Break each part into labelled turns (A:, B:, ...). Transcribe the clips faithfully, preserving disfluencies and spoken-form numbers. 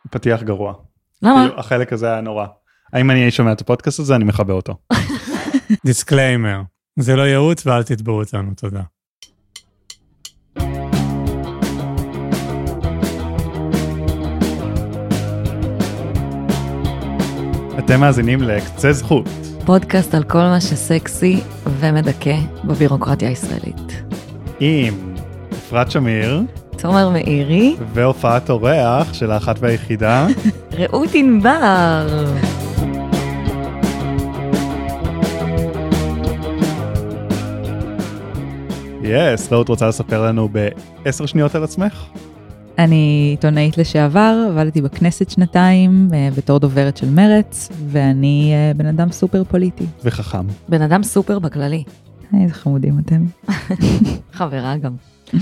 A: פתיח גרוע.
B: למה?
A: כאילו, החלק הזה היה נורא. האם אני שומע את הפודקאסט הזה, אני מחבא אותו.
C: דיסקליימר. זה לא ייעוץ ואל תתבעו אותנו, תודה.
A: אתם מאזינים לקצה זכות.
B: פודקאסט על כל מה שסקסי ומדכא בבירוקרטיה הישראלית.
A: עם אפרת שמיר.
B: תומר מאירי.
A: והופעת אורח של האחת והיחידה.
B: רעות ענבר.
A: יס, רעות רוצה לספר לנו בעשר שניות על עצמך?
D: אני עיתונאית לשעבר, עבדתי בכנסת שנתיים בתור דוברת של מרץ, ואני בן אדם סופר פוליטי.
A: וחכם.
B: בן אדם סופר בכללי.
D: איזה חמודים אתם.
B: חברה גם.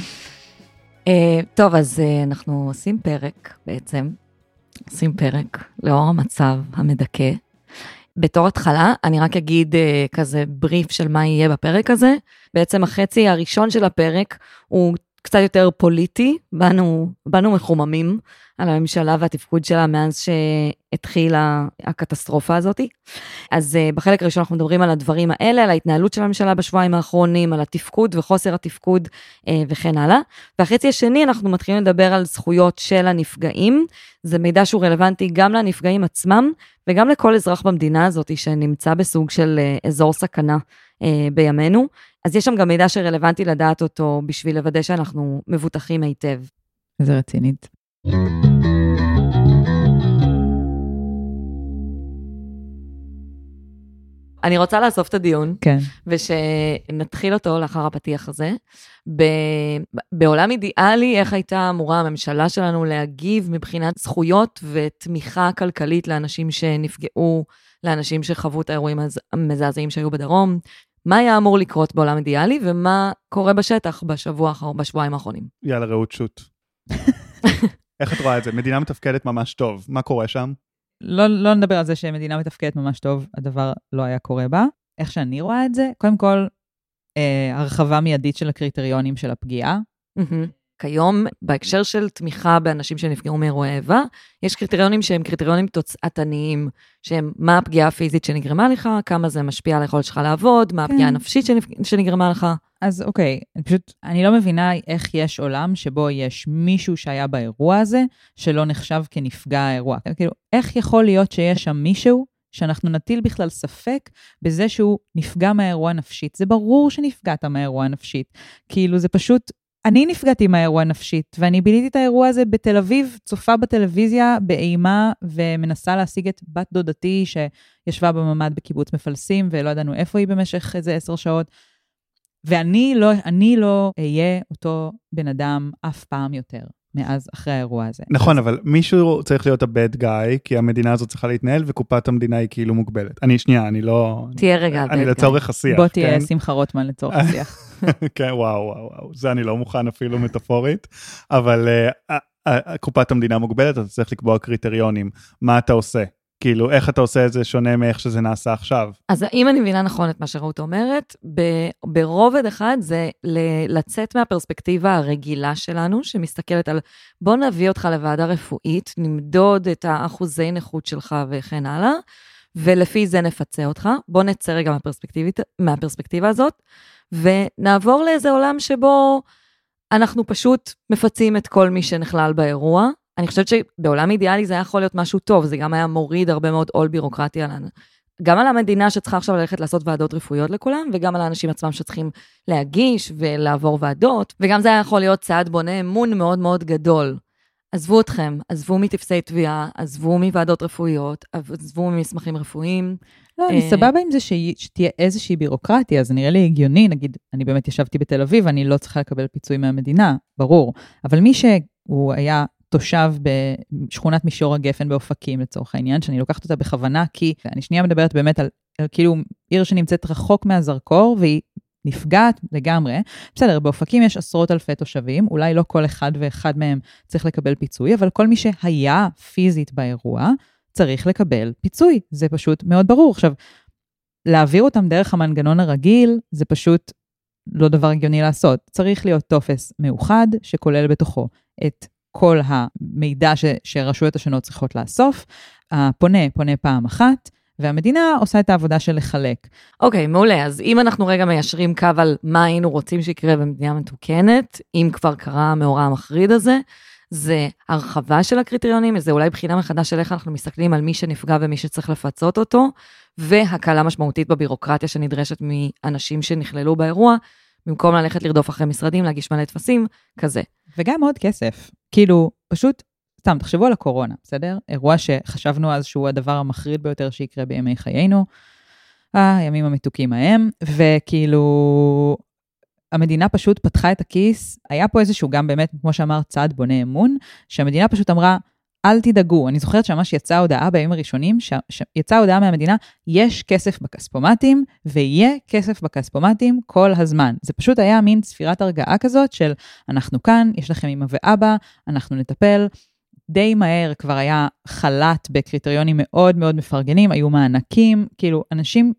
B: טוב, אז אנחנו עושים פרק בעצם, עושים פרק לאור המצב המדכא. בתור התחלה, אני רק אגיד כזה בריף של מה יהיה בפרק הזה. בעצם החצי הראשון של הפרק הוא קצת יותר פוליטי, באנו, באנו מחוממים על הממשלה והתפקוד שלה מאז שהתחילה הקטסטרופה הזאת. אז uh, בחלק הראשון אנחנו מדברים על הדברים האלה, על ההתנהלות של הממשלה בשבועיים האחרונים, על התפקוד וחוסר התפקוד uh, וכן הלאה. והחצי השני אנחנו מתחילים לדבר על זכויות של הנפגעים, זה מידע שהוא רלוונטי גם לנפגעים עצמם, וגם לכל אזרח במדינה הזאת שנמצא בסוג של uh, אזור סכנה uh, בימינו. אז יש שם גם מידע שרלוונטי לדעת אותו בשביל לוודא שאנחנו מבוטחים היטב.
D: זה רצינית.
B: אני רוצה לאסוף את הדיון,
D: כן.
B: ושנתחיל אותו לאחר הפתיח הזה. ב... בעולם אידיאלי, איך הייתה אמורה הממשלה שלנו להגיב מבחינת זכויות ותמיכה כלכלית לאנשים שנפגעו, לאנשים שחוו את האירועים המזעזעים שהיו בדרום, מה היה אמור לקרות בעולם אידיאלי, ומה קורה בשטח בשבוע, בשבועיים האחרונים.
A: יאללה, רעות שוט. איך את רואה את זה? מדינה מתפקדת ממש טוב. מה קורה שם?
D: לא, לא נדבר על זה שמדינה מתפקדת ממש טוב, הדבר לא היה קורה בה. איך שאני רואה את זה, קודם כל, אה, הרחבה מיידית של הקריטריונים של הפגיעה.
B: כיום, בהקשר של תמיכה באנשים שנפגעו מאירועי איבה, יש קריטריונים שהם קריטריונים תוצאתניים, שהם מה הפגיעה הפיזית שנגרמה לך, כמה זה משפיע על היכולת שלך לעבוד, מה הפגיעה הנפשית שנגרמה לך.
D: אז אוקיי, אני פשוט, אני לא מבינה איך יש עולם שבו יש מישהו שהיה באירוע הזה, שלא נחשב כנפגע האירוע. כאילו, איך יכול להיות שיש שם מישהו שאנחנו נטיל בכלל ספק בזה שהוא נפגע מהאירוע הנפשית? זה ברור שנפגעת מהאירוע הנפשית. כאילו, זה פשוט אני נפגעתי מהאירוע הנפשית, ואני ביליתי את האירוע הזה בתל אביב, צופה בטלוויזיה, באימה, ומנסה להשיג את בת דודתי, שישבה בממד בקיבוץ מפלסים, ולא ידענו איפה היא במשך איזה עשר שעות, ואני לא, אני לא אהיה אותו בן אדם אף פעם יותר, מאז אחרי האירוע הזה.
A: נכון, אבל מישהו צריך להיות ה-bad guy, כי המדינה הזאת צריכה להתנהל, וקופת המדינה היא כאילו מוגבלת. אני, שנייה, אני לא...
B: תהיה רגע ה-bad guy.
A: אני לצורך השיח.
D: בוא תהיה שמחה רוטמן לצורך השיח.
A: כן, וואו, וואו, וואו. זה אני לא מוכן אפילו מטאפורית, אבל קופת המדינה מוגבלת, אתה צריך לקבוע קריטריונים. מה אתה עושה? כאילו, איך אתה עושה את זה שונה מאיך שזה נעשה עכשיו?
B: אז אם אני מבינה נכון את מה שרעות אומרת, ברובד אחד זה לצאת מהפרספקטיבה הרגילה שלנו, שמסתכלת על בוא נביא אותך לוועדה רפואית, נמדוד את האחוזי נכות שלך וכן הלאה, ולפי זה נפצה אותך. בוא נצא רגע מהפרספקטיבה הזאת, ונעבור לאיזה עולם שבו אנחנו פשוט מפצים את כל מי שנכלל באירוע. אני חושבת שבעולם אידיאלי זה היה יכול להיות משהו טוב, זה גם היה מוריד הרבה מאוד עול בירוקרטיה לנו. גם על המדינה שצריכה עכשיו ללכת לעשות ועדות רפואיות לכולם, וגם על האנשים עצמם שצריכים להגיש ולעבור ועדות, וגם זה היה יכול להיות צעד בונה אמון מאוד מאוד גדול. עזבו אתכם, עזבו מתפסי תביעה, עזבו מוועדות רפואיות, עזבו ממסמכים רפואיים.
D: לא, אני סבבה עם זה שתהיה איזושהי בירוקרטיה, זה נראה לי הגיוני, נגיד, אני באמת ישבתי בתל אביב, אני לא צריכה לקבל פיצוי מהמדינה, ברור, אבל מי שהוא היה תושב בשכונת מישור הגפן באופקים לצורך העניין, שאני לוקחת אותה בכוונה, כי אני שנייה מדברת באמת על, על כאילו עיר שנמצאת רחוק מהזרקור, והיא נפגעת לגמרי. בסדר, באופקים יש עשרות אלפי תושבים, אולי לא כל אחד ואחד מהם צריך לקבל פיצוי, אבל כל מי שהיה פיזית באירוע, צריך לקבל פיצוי. זה פשוט מאוד ברור. עכשיו, להעביר אותם דרך המנגנון הרגיל, זה פשוט לא דבר הגיוני לעשות. צריך להיות טופס מאוחד, שכולל בתוכו את כל המידע ש, שרשויות השונות צריכות לאסוף, הפונה פונה פעם אחת, והמדינה עושה את העבודה של לחלק.
B: אוקיי, מעולה. אז אם אנחנו רגע מיישרים קו על מה היינו רוצים שיקרה במדינה מתוקנת, אם כבר קרה המאורע המחריד הזה, זה הרחבה של הקריטריונים, זה אולי בחינה מחדש של איך אנחנו מסתכלים על מי שנפגע ומי שצריך לפצות אותו, והקלה משמעותית בבירוקרטיה שנדרשת מאנשים שנכללו באירוע, במקום ללכת לרדוף אחרי משרדים, להגיש מלא תפסים, כזה.
D: וגם עוד כסף. כאילו, פשוט, סתם, תחשבו על הקורונה, בסדר? אירוע שחשבנו אז שהוא הדבר המחריד ביותר שיקרה בימי חיינו, הימים המתוקים ההם, וכאילו, המדינה פשוט פתחה את הכיס, היה פה איזשהו גם באמת, כמו שאמר, צעד בונה אמון, שהמדינה פשוט אמרה, אל תדאגו. אני זוכרת שממש יצאה הודעה בימים הראשונים, שיצאה הודעה מהמדינה, יש כסף בכספומטים, ויהיה כסף בכספומטים כל הזמן. זה פשוט היה מין ספירת הרגעה כזאת של, אנחנו כאן, יש לכם אמא ואבא, אנחנו נטפל. די מהר כבר היה חלט בקריטריונים מאוד מאוד מפרגנים, היו מענקים, כאילו אנשים,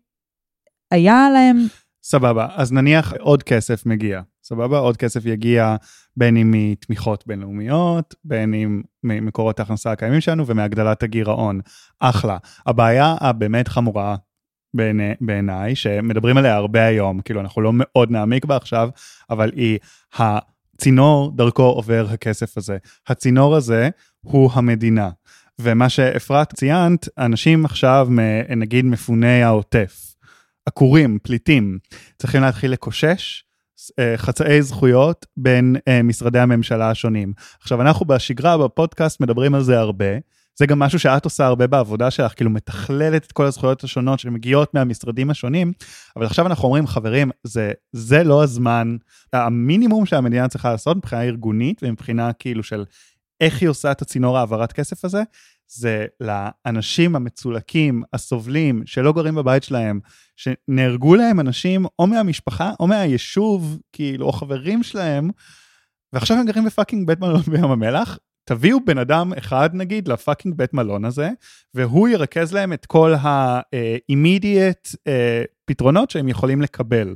D: היה להם...
A: סבבה, אז נניח עוד כסף מגיע, סבבה? עוד כסף יגיע בין אם מתמיכות בינלאומיות, בין אם ממקורות ההכנסה הקיימים שלנו ומהגדלת הגירעון. אחלה. הבעיה הבאמת חמורה בעיני, בעיניי, שמדברים עליה הרבה היום, כאילו אנחנו לא מאוד נעמיק בה עכשיו, אבל היא הצינור דרכו עובר הכסף הזה. הצינור הזה הוא המדינה. ומה שאפרת ציינת, אנשים עכשיו, נגיד מפוני העוטף, עקורים, פליטים, צריכים להתחיל לקושש חצאי זכויות בין משרדי הממשלה השונים. עכשיו, אנחנו בשגרה, בפודקאסט, מדברים על זה הרבה. זה גם משהו שאת עושה הרבה בעבודה שלך, כאילו מתכללת את כל הזכויות השונות שמגיעות מהמשרדים השונים, אבל עכשיו אנחנו אומרים, חברים, זה, זה לא הזמן, המינימום שהמדינה צריכה לעשות מבחינה ארגונית, ומבחינה כאילו של איך היא עושה את הצינור העברת כסף הזה, זה לאנשים המצולקים, הסובלים, שלא גרים בבית שלהם, שנהרגו להם אנשים או מהמשפחה, או מהיישוב, כאילו, או חברים שלהם, ועכשיו הם גרים בפאקינג בית מלון בים המלח, תביאו בן אדם אחד, נגיד, לפאקינג בית מלון הזה, והוא ירכז להם את כל ה-immediate פתרונות שהם יכולים לקבל.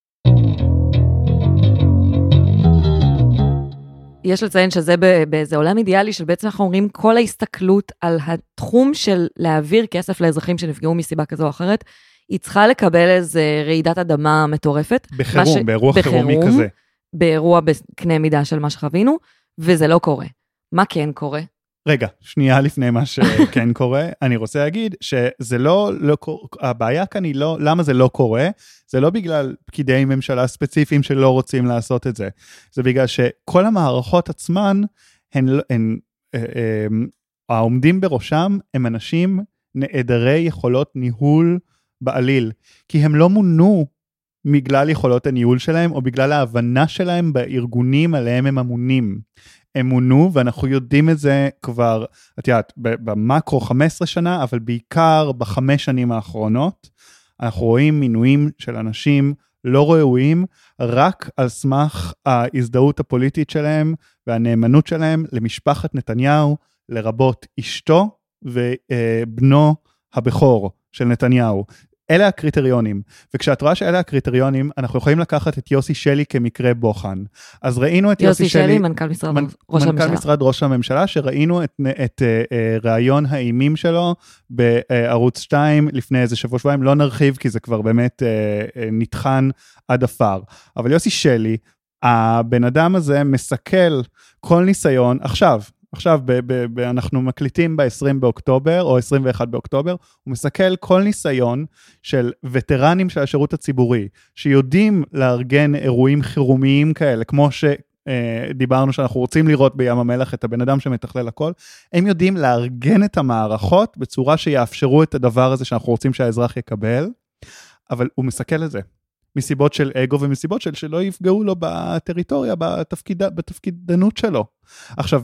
B: יש לציין שזה באיזה עולם אידיאלי של בעצם אנחנו אומרים כל ההסתכלות על התחום של להעביר כסף לאזרחים שנפגעו מסיבה כזו או אחרת, היא צריכה לקבל איזה רעידת אדמה מטורפת.
A: בחירום,
B: ש...
A: באירוע חירומי
B: בחירום,
A: כזה.
B: באירוע בקנה מידה של מה שחווינו, וזה לא קורה. מה כן קורה?
A: רגע, שנייה לפני מה שכן קורה, אני רוצה להגיד שזה לא, לא, הבעיה כאן היא לא, למה זה לא קורה? זה לא בגלל פקידי ממשלה ספציפיים שלא רוצים לעשות את זה. זה בגלל שכל המערכות עצמן, הן, הן, הן, הן, העומדים בראשם הם אנשים נעדרי יכולות ניהול בעליל, כי הם לא מונו בגלל יכולות הניהול שלהם, או בגלל ההבנה שלהם בארגונים עליהם הם אמונים. הם מונו, ואנחנו יודעים את זה כבר, את יודעת, במקרו חמש עשרה שנה, אבל בעיקר בחמש שנים האחרונות, אנחנו רואים מינויים של אנשים לא ראויים, רק על סמך ההזדהות הפוליטית שלהם, והנאמנות שלהם למשפחת נתניהו, לרבות אשתו ובנו הבכור של נתניהו. אלה הקריטריונים, וכשאת רואה שאלה הקריטריונים, אנחנו יכולים לקחת את יוסי שלי כמקרה בוחן. אז ראינו את יוסי, יוסי שלי, שלי,
B: מנכ"ל משרד מנ... ראש
A: מנכ"ל
B: הממשלה. משרד
A: ראש הממשלה, שראינו את, את, את uh, רעיון האימים שלו בערוץ שתיים לפני איזה שבוע שבועיים, לא נרחיב כי זה כבר באמת uh, uh, נתחן עד אפר. אבל יוסי שלי, הבן אדם הזה מסכל כל ניסיון, עכשיו, עכשיו ב- ב- ב- אנחנו מקליטים ב-עשרים באוקטובר או עשרים ואחד באוקטובר, הוא מסכל כל ניסיון של וטרנים של השירות הציבורי, שיודעים לארגן אירועים חירומיים כאלה, כמו שדיברנו שאנחנו רוצים לראות בים המלח את הבן אדם שמתכלל הכל, הם יודעים לארגן את המערכות בצורה שיאפשרו את הדבר הזה שאנחנו רוצים שהאזרח יקבל, אבל הוא מסכל את זה. מסיבות של אגו ומסיבות של שלא יפגעו לו בטריטוריה, בתפקיד, בתפקידנות שלו. עכשיו,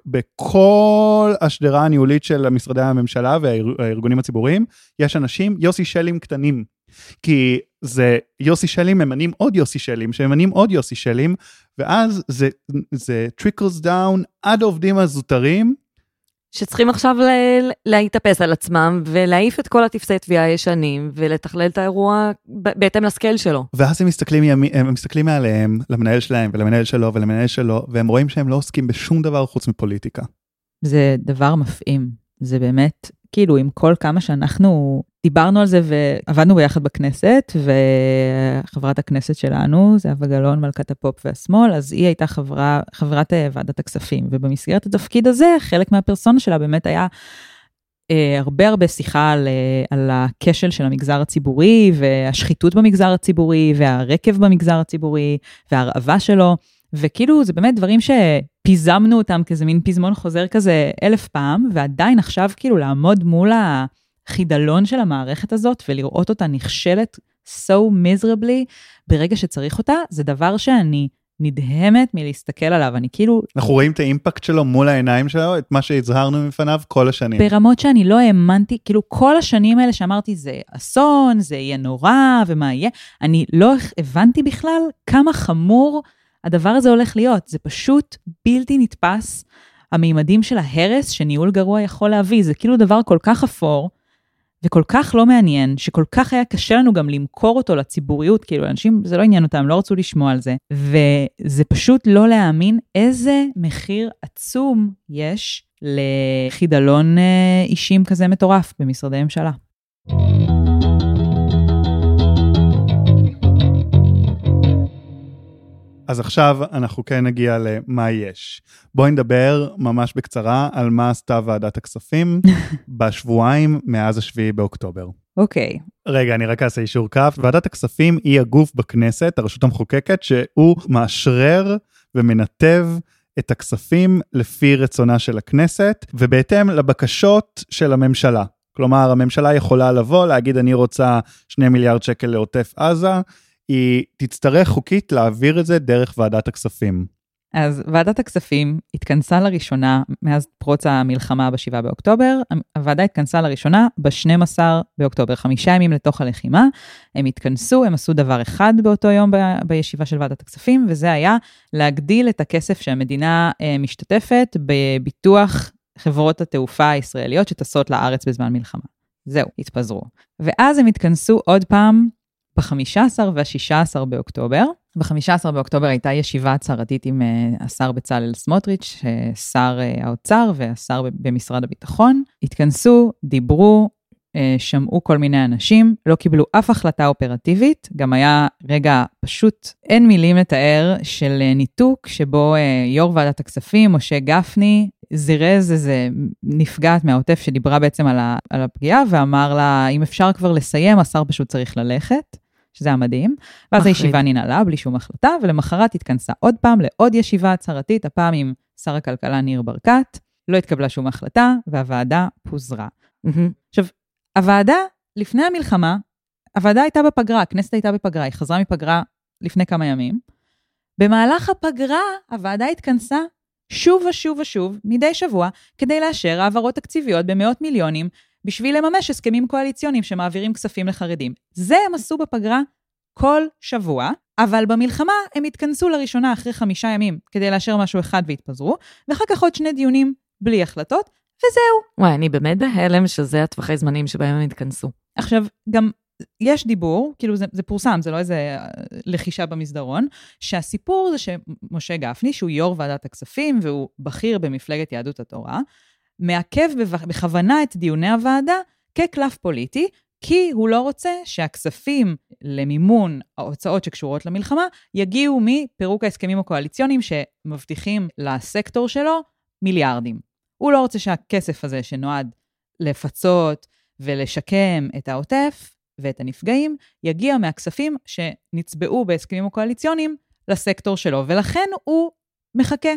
A: בכל השדרה הניהולית של משרדי הממשלה והארגונים הציבוריים, יש אנשים, יוסי שלים קטנים, כי זה יוסי שלים ממנים עוד יוסי שלים, שממנים עוד יוסי שלים, ואז זה, זה trickles down עד העובדים הזוטרים,
B: שצריכים עכשיו ל- להתאפס על עצמם, ולהעיף את כל התפסי תביעה הישנים, ולתכלל את האירוע בהתאם לסקייל שלו.
A: ואז הם מסתכלים, הם מסתכלים מעליהם, למנהל שלהם, ולמנהל שלו, ולמנהל שלו, והם רואים שהם לא עוסקים בשום דבר חוץ מפוליטיקה.
D: זה דבר מפעים. זה באמת, כאילו, עם כל כמה שאנחנו דיברנו על זה ועבדנו ביחד בכנסת, וחברת הכנסת שלנו, זה זהבה גלאון, מלכת הפופ והשמאל, אז היא הייתה חברה, חברת ועדת הכספים, ובמסגרת התפקיד הזה, חלק מהפרסונה שלה באמת היה אה, הרבה הרבה שיחה על, על הכשל של המגזר הציבורי, והשחיתות במגזר הציבורי, והרקב במגזר הציבורי, וההרעבה שלו, וכאילו זה באמת דברים שפיזמנו אותם כזה מין פזמון חוזר כזה אלף פעם, ועדיין עכשיו כאילו לעמוד מול החידלון של המערכת הזאת, ולראות אותה נכשלת so miserably ברגע שצריך אותה, זה דבר שאני נדהמת מלהסתכל עליו, אני כאילו...
A: אנחנו רואים את האימפקט שלו מול העיניים שלו, את מה שהזהרנו מפניו כל השנים.
D: ברמות שאני לא האמנתי, כאילו כל השנים האלה שאמרתי, זה אסון, זה יהיה נורא, ומה יהיה, אני לא הבנתי בכלל כמה חמור הדבר הזה הולך להיות, זה פשוט בלתי נתפס, המימדים של ההרס שניהול גרוע יכול להביא, זה כאילו דבר כל כך אפור, וכל כך לא מעניין, שכל כך היה קשה לנו גם למכור אותו לציבוריות, כאילו אנשים, זה לא עניין אותם, לא רצו לשמוע על זה, וזה פשוט לא להאמין איזה מחיר עצום יש לחידלון אישים כזה מטורף במשרדי ממשלה.
A: אז עכשיו אנחנו כן נגיע למה יש. בואי נדבר ממש בקצרה על מה עשתה ועדת הכספים בשבועיים מאז השביעי באוקטובר.
D: אוקיי. Okay.
A: רגע, אני רק אעשה אישור כף. ועדת הכספים היא הגוף בכנסת, הרשות המחוקקת, שהוא מאשרר ומנתב את הכספים לפי רצונה של הכנסת, ובהתאם לבקשות של הממשלה. כלומר, הממשלה יכולה לבוא, להגיד אני רוצה שני מיליארד שקל לעוטף עזה, היא תצטרך חוקית להעביר את זה דרך ועדת הכספים.
D: אז ועדת הכספים התכנסה לראשונה, מאז פרוץ המלחמה בשבעה באוקטובר, הוועדה התכנסה לראשונה ב-שנים עשר באוקטובר, חמישה ימים לתוך הלחימה, הם התכנסו, הם עשו דבר אחד באותו יום ב- בישיבה של ועדת הכספים, וזה היה להגדיל את הכסף שהמדינה אה, משתתפת בביטוח חברות התעופה הישראליות שטסות לארץ בזמן מלחמה. זהו, התפזרו. ואז הם התכנסו עוד פעם, ב-חמישה עשר וה-שישה עשר באוקטובר. ב-חמישה עשר באוקטובר הייתה ישיבה הצהרתית עם השר בצלאל סמוטריץ', שר האוצר והשר במשרד הביטחון. התכנסו, דיברו, שמעו כל מיני אנשים, לא קיבלו אף החלטה אופרטיבית, גם היה רגע פשוט אין מילים לתאר של ניתוק, שבו יו"ר ועדת הכספים, משה גפני, זירז איזה נפגעת מהעוטף שדיברה בעצם על, ה, על הפגיעה, ואמר לה, אם אפשר כבר לסיים, השר פשוט צריך ללכת, שזה היה מדהים, ואז מחריד. הישיבה ננעלה בלי שום החלטה, ולמחרת התכנסה עוד פעם לעוד ישיבה הצהרתית, הפעם עם שר הכלכלה ניר ברקת, לא התקבלה שום החלטה, והוועדה פוזרה. Mm-hmm. עכשיו, הוועדה, לפני המלחמה, הוועדה הייתה בפגרה, הכנסת הייתה בפגרה, היא חזרה מפגרה לפני כמה ימים, במהלך הפגרה, הוועדה התכנסה שוב ושוב ושוב, מדי שבוע, כדי לאשר העברות תקציביות במאות מיליונים, בשביל לממש הסכמים קואליציוניים שמעבירים כספים לחרדים. זה הם עשו בפגרה כל שבוע, אבל במלחמה הם התכנסו לראשונה אחרי חמישה ימים, כדי לאשר משהו אחד והתפזרו, ואחר כך עוד שני דיונים בלי החלטות, וזהו.
B: וואי, אני באמת בהלם שזה הטווחי זמנים שבהם הם התכנסו.
D: עכשיו, גם יש דיבור, כאילו זה, זה פורסם, זה לא איזה לחישה במסדרון, שהסיפור זה שמשה גפני, שהוא יו"ר ועדת הכספים, והוא בכיר במפלגת יהדות התורה, מעכב בכוונה את דיוני הוועדה כקלף פוליטי, כי הוא לא רוצה שהכספים למימון ההוצאות שקשורות למלחמה, יגיעו מפירוק ההסכמים הקואליציוניים שמבטיחים לסקטור שלו מיליארדים. הוא לא רוצה שהכסף הזה שנועד לפצות ולשקם את העוטף ואת הנפגעים, יגיע מהכספים שנצבעו בהסכמים הקואליציוניים לסקטור שלו, ולכן הוא מחכה.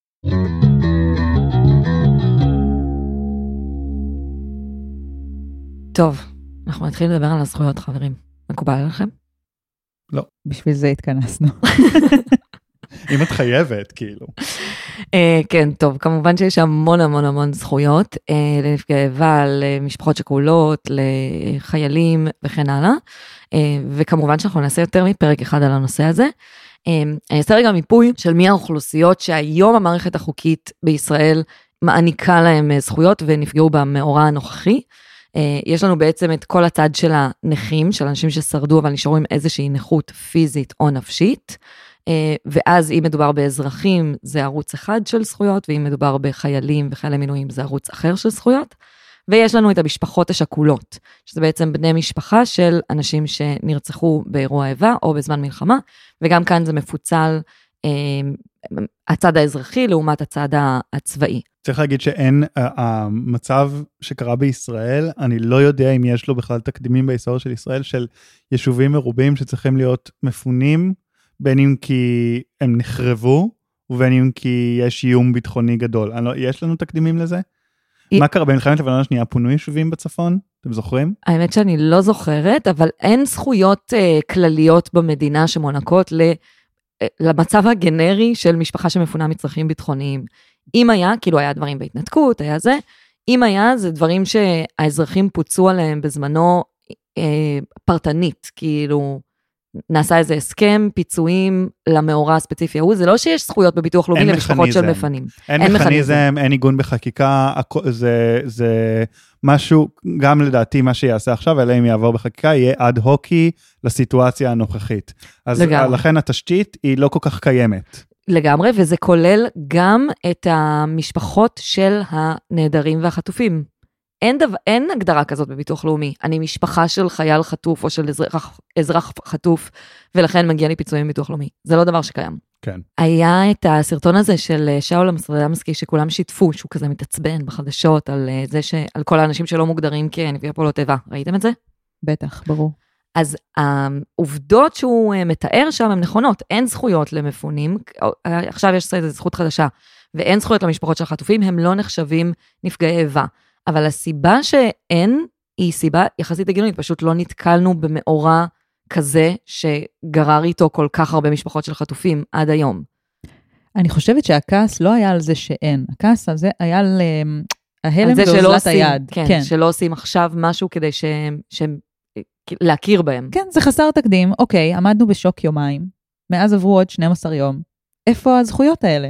B: טוב, אנחנו נתחיל לדבר על הזכויות, חברים. מקובל עליכם?
A: לא.
D: בשביל זה התכנסנו.
A: אם את חייבת, כאילו.
B: כן, טוב, כמובן שיש המון המון המון זכויות, לנפגעי איבה, למשפחות שכולות, לחיילים וכן הלאה, וכמובן שאנחנו נעשה יותר מפרק אחד על הנושא הזה. אני אעשה רגע מיפוי של מי האוכלוסיות שהיום המערכת החוקית בישראל מעניקה להם זכויות ונפגעו במאורע הנוכחי. יש לנו בעצם את כל הצד של הנכים, של אנשים ששרדו, אבל נשארו עם איזושהי נכות פיזית או נפשית, ואז אם מדובר באזרחים, זה ערוץ אחד של זכויות, ואם מדובר בחיילים וחיילי מילואים, זה ערוץ אחר של זכויות, ויש לנו את המשפחות השכולות, שזה בעצם בני משפחה של אנשים שנרצחו באירוע איבה, או בזמן מלחמה, וגם כאן זה מפוצל הצד האזרחי, לעומת הצד הצבאי.
A: צריך להגיד שאין, המצב שקרה בישראל, אני לא יודע אם יש לו בכלל תקדימים בהיסטוריה של ישראל, של יישובים מרובים שצריכים להיות מפונים, בין אם כי הם נחרבו, ובין אם כי יש איום ביטחוני גדול. לא, יש לנו תקדימים לזה? היא... מה קרה במלחמת לבנון השנייה? פונו יישובים בצפון? אתם זוכרים?
B: האמת שאני לא זוכרת, אבל אין זכויות uh, כלליות במדינה שמוענקות ל... למצב הגנרי של משפחה שמפונה מצרכים ביטחוניים. אם היה, כאילו היה דברים בהתנתקות, היה זה, אם היה, זה דברים שהאזרחים פוצו עליהם בזמנו אה, פרטנית, כאילו נעשה איזה הסכם, פיצויים למאורע הספציפי, זה לא שיש זכויות בביטוח לאומי למשפחות של מפנים.
A: אין, אין מכניזם, אין עיגון בחקיקה, זה, זה משהו, גם לדעתי מה שיעשה עכשיו, אלא אם יעבור בחקיקה, יהיה אד הוקי לסיטואציה הנוכחית. אז לגמרי. לכן התשתית היא לא כל כך קיימת.
B: לגמרי, וזה כולל גם את המשפחות של הנעדרים והחטופים. אין, דבר, אין הגדרה כזאת בביטוח לאומי. אני משפחה של חייל חטוף או של אזרח, אזרח חטוף, ולכן מגיע לי פיצויים בביטוח לאומי. זה לא דבר שקיים.
A: כן.
B: היה את הסרטון הזה של שאול אמסטרדמסקי, שכולם שיתפו, שהוא כזה מתעצבן בחדשות, על זה ש... על כל האנשים שלא מוגדרים כנפגעי פעולות איבה. ראיתם את זה?
D: בטח, ברור.
B: אז העובדות שהוא מתאר שם הן נכונות. אין זכויות למפונים, עכשיו יש איזו זכות חדשה, ואין זכויות למשפחות של חטופים, הם לא נחשבים נפגעי איבה. אבל הסיבה שאין, היא סיבה יחסית הגיונית, פשוט לא נתקלנו במאורע כזה, שגרר איתו כל כך הרבה משפחות של חטופים עד היום.
D: אני חושבת שהכעס לא היה על זה שאין, הכעס הזה היה על ההלם ואוזלת היד.
B: כן, כן, שלא עושים עכשיו משהו כדי שהם, שהם להכיר בהם.
D: כן, זה חסר תקדים, אוקיי, עמדנו בשוק יומיים, מאז עברו עוד שנים עשר יום, איפה הזכויות האלה?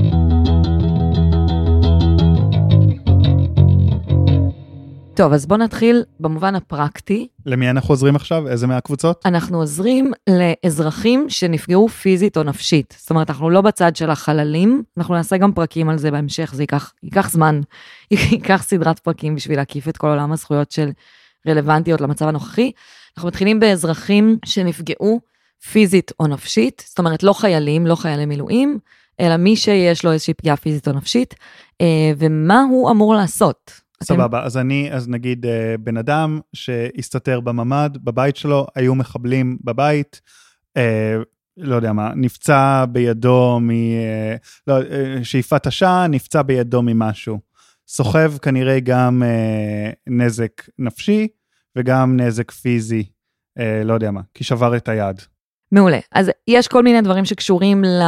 B: טוב, אז בואו נתחיל במובן הפרקטי.
A: למי אנחנו עוזרים עכשיו? איזה מהקבוצות?
B: אנחנו עוזרים לאזרחים שנפגעו פיזית או נפשית. זאת אומרת, אנחנו לא בצד של החללים, אנחנו נעשה גם פרקים על זה בהמשך, זה ייקח, ייקח זמן, ייקח סדרת פרקים בשביל להקיף את כל עולם הזכויות של רלוונטיות למצב הנוכחי. אנחנו מתחילים באזרחים שנפגעו פיזית או נפשית, זאת אומרת, לא חיילים, לא חיילי מילואים, אלא מי שיש לו איזושהי פגיעה פיזית או נפשית, ומה הוא אמור לעשות?
A: סבבה, אז אני, אז נגיד בן אדם שהסתתר בממד, בבית שלו, היו מחבלים בבית, לא יודע מה, נפצע בידו מ... לא, שאיפת עשן, נפצע בידו ממשהו. סוחב כנראה גם נזק נפשי, וגם נזק פיזי, לא יודע מה, כי שבר את היד.
B: מעולה, אז יש כל מיני דברים שקשורים ל...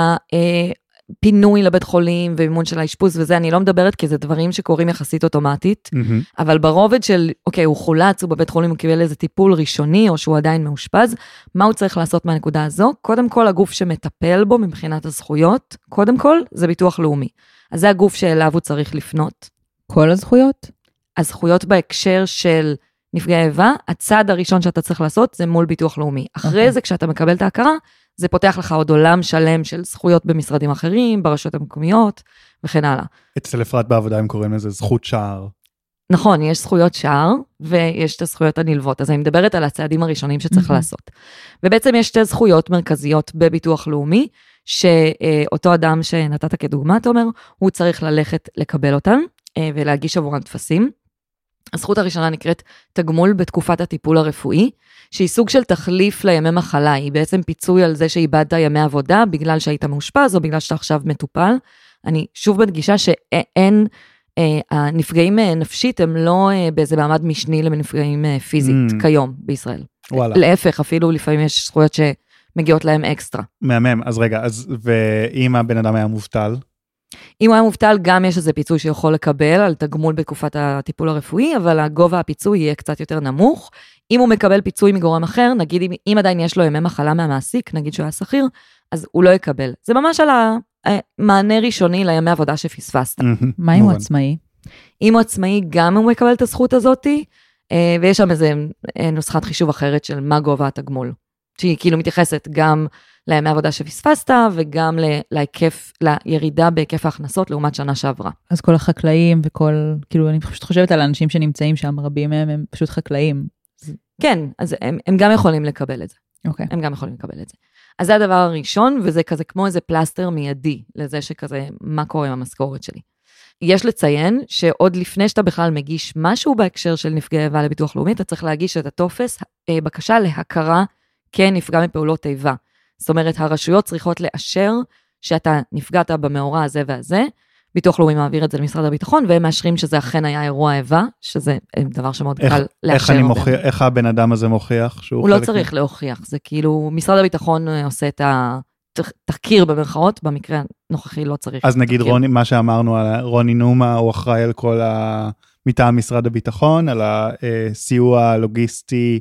B: פינוי לבית חולים ומימון של האשפוז וזה, אני לא מדברת כי זה דברים שקורים יחסית אוטומטית, mm-hmm. אבל ברובד של, אוקיי, הוא חולץ, הוא בבית חולים, הוא קיבל איזה טיפול ראשוני, או שהוא עדיין מאושפז, מה הוא צריך לעשות מהנקודה הזו? קודם כל, הגוף שמטפל בו מבחינת הזכויות, קודם כל, זה ביטוח לאומי. אז זה הגוף שאליו הוא צריך לפנות.
D: כל הזכויות?
B: הזכויות בהקשר של נפגעי איבה, הצד הראשון שאתה צריך לעשות, זה מול ביטוח לאומי. אחרי okay. זה, כשאתה מקבל את ההכרה, זה פותח לך עוד עולם שלם של זכויות במשרדים אחרים, ברשויות המקומיות, וכן הלאה.
A: אצל אפרת בעבודה הם קוראים לזה זכות שער.
B: נכון, יש זכויות שער, ויש את הזכויות הנלוות, אז אני מדברת על הצעדים הראשונים שצריך mm-hmm. לעשות. ובעצם יש שתי זכויות מרכזיות בביטוח לאומי, שאותו אדם שנתת כדוגמה, תומר, הוא צריך ללכת לקבל אותן, ולהגיש עבורן תפסים. הזכות הראשונה נקראת תגמול בתקופת הטיפול הרפואי, שהיא סוג של תחליף לימי מחלה, היא בעצם פיצוי על זה שאיבדת ימי עבודה, בגלל שהיית מאושפז, או בגלל שאתה עכשיו מטופל. אני שוב מדגישה שאין, אה, הנפגעים נפשית, הם לא אה, באיזה מעמד משני לנפגעים אה, פיזית, mm. כיום בישראל. וואלה. להפך, אפילו לפעמים יש זכויות שמגיעות להם אקסטרה. מהמם,
A: אז רגע, אז, ואם הבן אדם היה מובטל?
B: אם הוא היה מובטל, גם יש איזה פיצוי שיכול לקבל על תגמול בתקופת הטיפול הרפואי, אבל הגובה הפיצוי יהיה קצת יותר נמוך. אם הוא מקבל פיצוי מגורם אחר, נגיד אם, אם עדיין יש לו ימי מחלה מהמעסיק, נגיד שהוא היה שכיר, אז הוא לא יקבל. זה ממש על, ה, מענה ראשוני לימי עבודה שפספסת.
D: מה אם הוא עצמאי?
B: אם הוא עצמאי, גם הוא מקבל את הזכות הזאת, ויש שם איזה נוסחת חישוב אחרת של מה גובה התגמול, שהיא כאילו מתייחסת גם לימי עבודה שפספסת, וגם להיקף, לירידה בהיקף ההכנסות לעומת שנה שעברה.
D: אז כל החקלאים וכל, כאילו אני פשוט חושבת על האנשים שנמצאים שם, רבים מהם הם פשוט חקלאים.
B: כן, אז הם, הם גם יכולים לקבל את זה.
D: אוקיי.
B: הם גם יכולים לקבל את זה. אז זה הדבר הראשון, וזה כזה כמו איזה פלסטר מיידי, לזה שכזה, מה קורה עם המשכורת שלי. יש לציין שעוד לפני שאתה בכלל מגיש משהו בהקשר של נפגעי איבה לביטוח לאומי, אתה צריך להגיש את הטופס, בקשה להכרה כנפגע מפעולות איבה. זאת אומרת, הרשויות צריכות לאשר שאתה נפגעת במאורע הזה והזה, ביטוח לאומי מעביר את זה למשרד הביטחון, והם מאשרים שזה אכן היה אירוע איבה, שזה דבר שמאוד קל לאשר.
A: איך אני מוכיח, איך הבן אדם הזה מוכיח?
B: הוא לא צריך להוכיח, זה כאילו, משרד הביטחון עושה את התחקיר במרכאות, במקרה הנוכחי לא צריך.
A: אז נגיד רוני, מה שאמרנו על רוני נומה, הוא אחראי על כל ה... מטעם משרד הביטחון, על הסיוע הלוגיסטי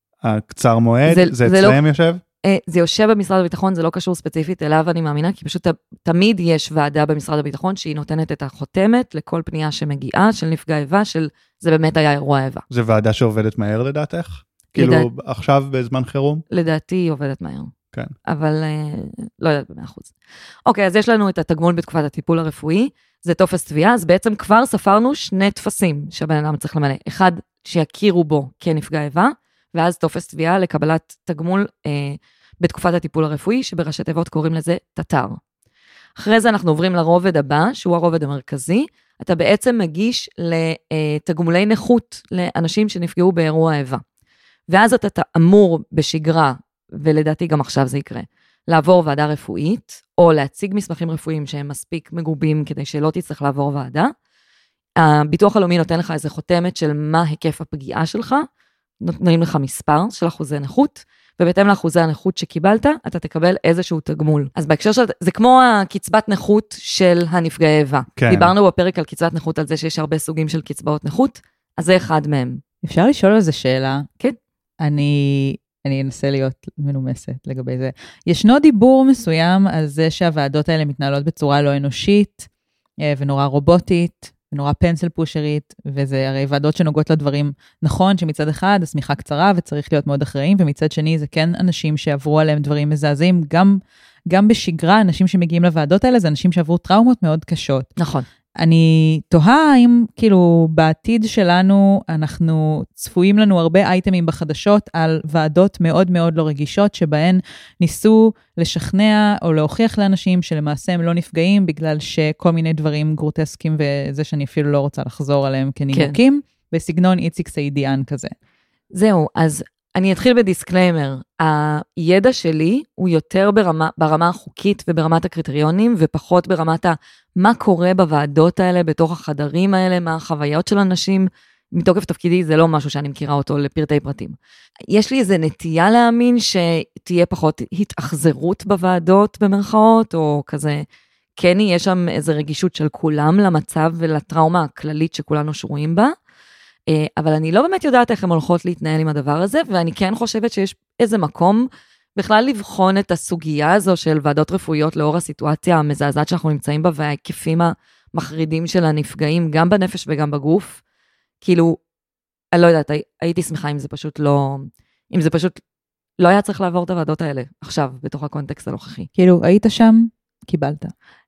A: הקצר מועד, זה אצלהם יושב?
B: זה יושב במשרד הביטחון, זה לא קשור ספציפית אליו, אני מאמינה, כי פשוט תמיד יש ועדה במשרד הביטחון, שהיא נותנת את החותמת לכל פנייה שמגיעה, של נפגע איבה, של זה באמת היה אירוע איבה.
A: זה ועדה שעובדת מהר לדעתך? כאילו עכשיו בזמן חירום?
B: לדעתי היא עובדת מהר.
A: כן.
B: אבל לא יודעת במאה אחוז. אוקיי, אז יש לנו את התגמול בתקופת הטיפול הרפואי, זה טופס תביעה, אז בעצם כבר ספרנו שני תפסים שהבן אדם צריך למלא. אחד, שיכירו בו כנפגע איבה, ואז טופס תביעה לקבלת תגמול אה, בתקופת הטיפול הרפואי, שבראשי תיבות קוראים לזה תט"ר. אחרי זה אנחנו עוברים לרובד הבא, שהוא הרובד המרכזי, אתה בעצם מגיש לתגמולי נכות לאנשים שנפגעו באירוע איבה. ואז אתה אמור בשגרה, ולדעתי גם עכשיו זה יקרה, לעבור ועדה רפואית, או להציג מסמכים רפואיים שהם מספיק מגובים, כדי שלא תצטרך לעבור ועדה. הביטוח הלאומי נותן לך איזה חותמת של מה היקף הפגיעה שלך, נותנים לך מספר של אחוזי נכות, ובהתאם לאחוזי הנכות שקיבלת, אתה תקבל איזשהו תגמול. אז בהקשר של, זה כמו הקצבת נכות של הנפגעי איבה.
A: כן.
B: דיברנו בפרק על קצבת נכות, על זה שיש הרבה סוגים של קצבאות נכות, אז זה אחד מהם.
D: אפשר לשאול על זה שאלה?
B: כן.
D: אני, אני אנסה להיות מנומסת לגבי זה. ישנו דיבור מסוים על זה שהוועדות האלה מתנהלות בצורה לא אנושית, ונורא רובוטית, ונורא פנסל פושרית, וזה הרי ועדות שנוגעות לדברים נכון, שמצד אחד השמיכה קצרה וצריך להיות מאוד אחראים, ומצד שני זה כן אנשים שעברו עליהם דברים מזעזעים, גם, גם בשגרה, אנשים שמגיעים לוועדות האלה, זה אנשים שעברו טראומות מאוד קשות.
B: נכון.
D: אני תוהה אם כאילו בעתיד שלנו אנחנו צפויים לנו הרבה אייטמים בחדשות על ועדות מאוד מאוד לא רגישות שבהן ניסו לשכנע או להוכיח לאנשים שלמעשה הם לא נפגעים בגלל שכל מיני דברים גרוטסקים וזה שאני אפילו לא רוצה לחזור עליהם כנימוקים, כן. בסגנון איציק סעידיאן כזה.
B: זהו, אז אני אתחיל בדיסקליימר. הידע שלי הוא יותר ברמה, ברמה החוקית וברמת הקריטריונים, ופחות ברמת ה, מה קורה בוועדות האלה, בתוך החדרים האלה, מה החוויות של אנשים. מתוקף תפקידי זה לא משהו שאני מכירה אותו לפרטי פרטים. יש לי איזו נטייה להאמין שתהיה פחות התאכזרות בוועדות במרכאות, או כזה, כן יהיה שם איזו רגישות של כולם למצב ולטראומה הכללית שכולנו שרויים בה, אבל אני לא באמת יודעת איך הן הולכות להתנהל עם הדבר הזה, ואני כן חושבת שיש איזה מקום בכלל לבחון את הסוגיה הזו של ועדות רפואיות לאור הסיטואציה המזעזעת שאנחנו נמצאים בה, וההיקפים המחרידים של הנפגעים, גם בנפש וגם בגוף. כאילו, אני לא יודעת, הייתי שמחה אם זה פשוט לא, אם זה פשוט לא היה צריך לעבור את הוועדות האלה, עכשיו, בתוך הקונטקסט הנוכחי.
D: כאילו, היית שם, קיבלת.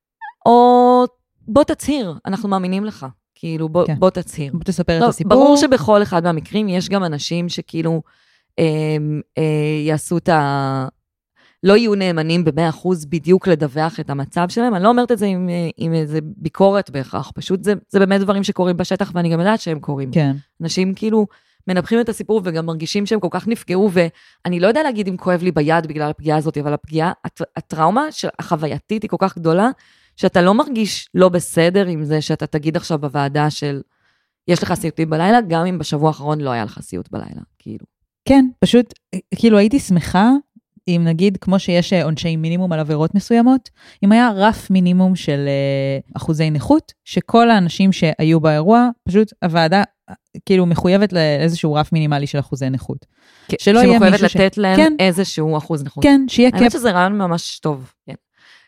B: או בוא תצהיר, אנחנו מאמינים לך. כאילו, בוא, כן. בוא תצהיר.
D: בוא תספר
B: לא,
D: את הסיפור.
B: ברור שבכל אחד מהמקרים יש גם אנשים שכאילו אה, אה, יעשו את ה... לא יהיו נאמנים ב-מאה אחוז בדיוק לדווח את המצב שלהם. אני לא אומרת את זה עם, עם איזה ביקורת בהכרח, פשוט זה, זה באמת דברים שקורים בשטח, ואני גם יודעת שהם קורים.
D: כן.
B: אנשים כאילו מנפחים את הסיפור וגם מרגישים שהם כל כך נפגעו, ואני לא יודע להגיד אם כואב לי ביד בגלל הפגיעה הזאת, אבל הפגיעה, הטראומה החווייתית היא כל כך גדולה, שאתה לא מרגיש לא בסדר עם זה שאתה תגיד עכשיו בוועדה של, יש לך סיוטים בלילה, גם אם בשבוע האחרון לא היה לך סיוט בלילה, כאילו.
D: כן, פשוט, כאילו הייתי שמחה, אם נגיד, כמו שיש עונשי מינימום על עבירות מסוימות, אם היה רף מינימום של אחוזי נכות, שכל האנשים שהיו באירוע, פשוט הוועדה, כאילו מחויבת לאיזשהו רף מינימלי של אחוזי נכות.
B: שלא יהיה מישהו ש... לתת להם כן. איזשהו אחוז נכות.
D: כן, שיהיה קאפ.
B: האמת שזה רעיון ממש טוב, כן.